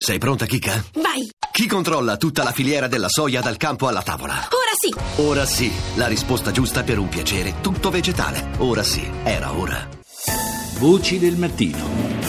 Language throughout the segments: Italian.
Sei pronta, Kika? Vai! Chi controlla tutta la filiera della soia dal campo alla tavola? Ora sì! Ora sì, la risposta giusta per un piacere tutto vegetale. Ora sì, era ora. Voci del mattino.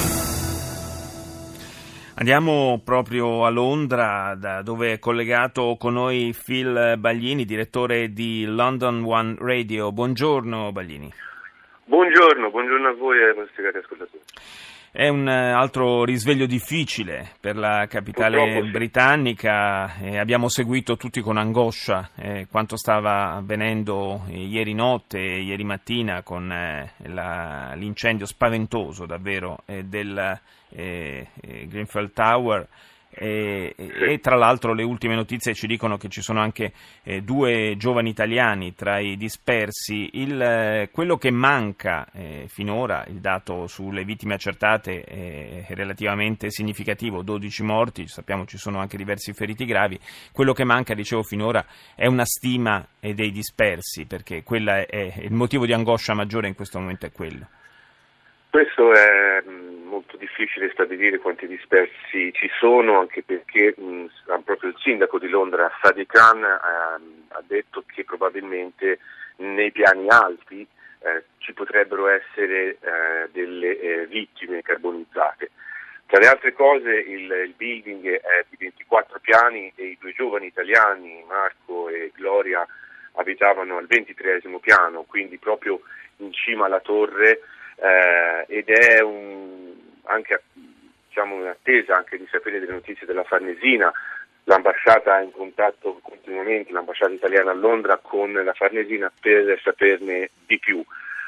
Andiamo proprio a Londra, da dove è collegato con noi Phil Baglini, direttore di London One Radio. Buongiorno Baglini. Buongiorno a voi e ai vostri cari ascoltatori. È un altro risveglio difficile per la capitale britannica. Abbiamo seguito tutti con angoscia quanto stava avvenendo ieri notte e ieri mattina con l'incendio spaventoso davvero del Grenfell Tower. E tra l'altro le ultime notizie ci dicono che ci sono anche 2 giovani italiani tra i dispersi. Quello che manca finora, il dato sulle vittime accertate è relativamente significativo, 12 morti, sappiamo ci sono anche diversi feriti gravi. Quello che manca, dicevo finora, è una stima dei dispersi, perché quella è il motivo di angoscia maggiore in questo momento, è quello. Questo è molto difficile stabilire quanti dispersi ci sono, anche perché proprio il sindaco di Londra, Sadiq Khan, ha detto che probabilmente nei piani alti ci potrebbero essere delle vittime carbonizzate. Tra le altre cose il building è di 24 piani e i 2 giovani italiani, Marco e Gloria, abitavano al 23° piano, quindi proprio in cima alla torre, ed è anche in attesa anche di sapere delle notizie della Farnesina. L'ambasciata è in contatto continuamente, l'ambasciata italiana a Londra, con la Farnesina per saperne di più.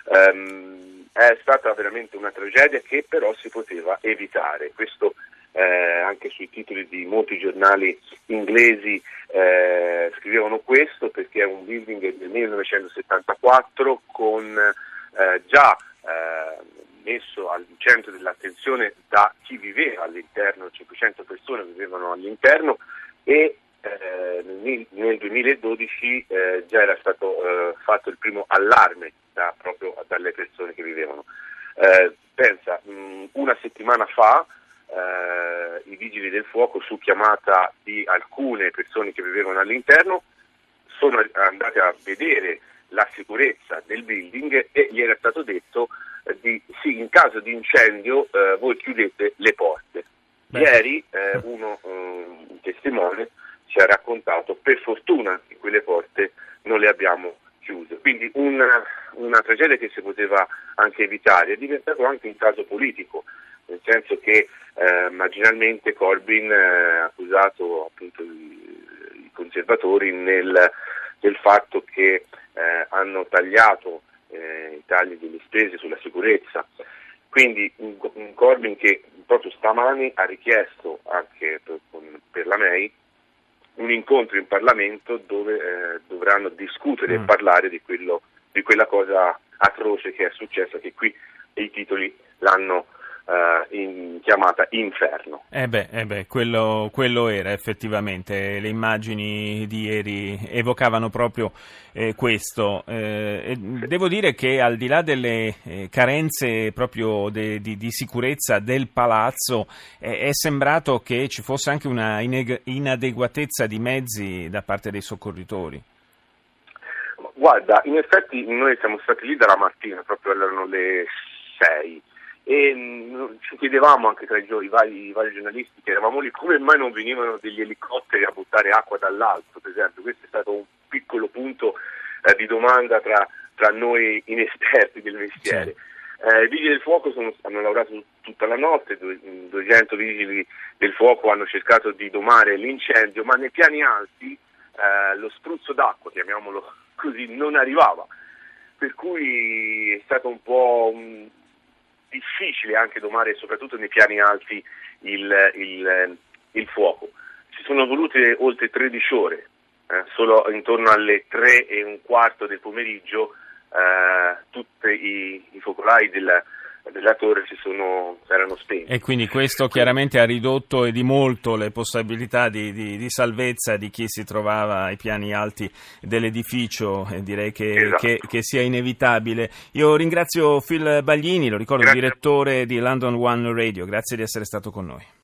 È stata veramente una tragedia che però si poteva evitare. Questo anche sui titoli di molti giornali inglesi scrivevano questo, perché è un building del 1974 con già messo al centro dell'attenzione da chi viveva all'interno, 500 persone vivevano all'interno, e nel 2012 già era stato fatto il primo allarme proprio dalle persone che vivevano. Pensa, una settimana fa i vigili del fuoco, su chiamata di alcune persone che vivevano all'interno, sono andati a vedere la sicurezza del building e gli era stato detto sì, in caso di incendio voi chiudete le porte. Ieri un testimone ci ha raccontato, per fortuna che quelle porte non le abbiamo chiuse. Quindi una tragedia che si poteva anche evitare. È diventato anche un caso politico, nel senso che marginalmente Corbyn ha accusato appunto i conservatori del fatto che hanno tagliato i tagli delle spese sulla sicurezza. Quindi un Corbyn che proprio stamani ha richiesto anche per la May un incontro in Parlamento dove dovranno discutere e parlare di quella cosa atroce che è successa, che qui i titoli l'hanno chiamata inferno. Quello era effettivamente. Le immagini di ieri evocavano proprio questo. Devo dire che al di là delle carenze proprio di sicurezza del palazzo, è sembrato che ci fosse anche una inadeguatezza di mezzi da parte dei soccorritori. Guarda, in effetti noi siamo stati lì dalla mattina, proprio erano le 6. E ci chiedevamo anche tra i vari giornalisti che eravamo lì come mai non venivano degli elicotteri a buttare acqua dall'alto, per esempio. Questo è stato un piccolo punto di domanda tra noi inesperti del mestiere. I vigili del fuoco hanno lavorato tutta la notte, 200 vigili del fuoco hanno cercato di domare l'incendio, ma nei piani alti lo spruzzo d'acqua, chiamiamolo così, non arrivava, per cui è stato un po' difficile anche domare, soprattutto nei piani alti, il fuoco. Ci sono volute oltre 13 ore, solo intorno alle 3:15 del pomeriggio tutti i focolai della torre erano spenti. E quindi questo chiaramente ha ridotto di molto le possibilità di salvezza di chi si trovava ai piani alti dell'edificio, e direi che sia inevitabile. Io ringrazio Phil Baglini, lo ricordo, direttore di London One Radio, grazie di essere stato con noi.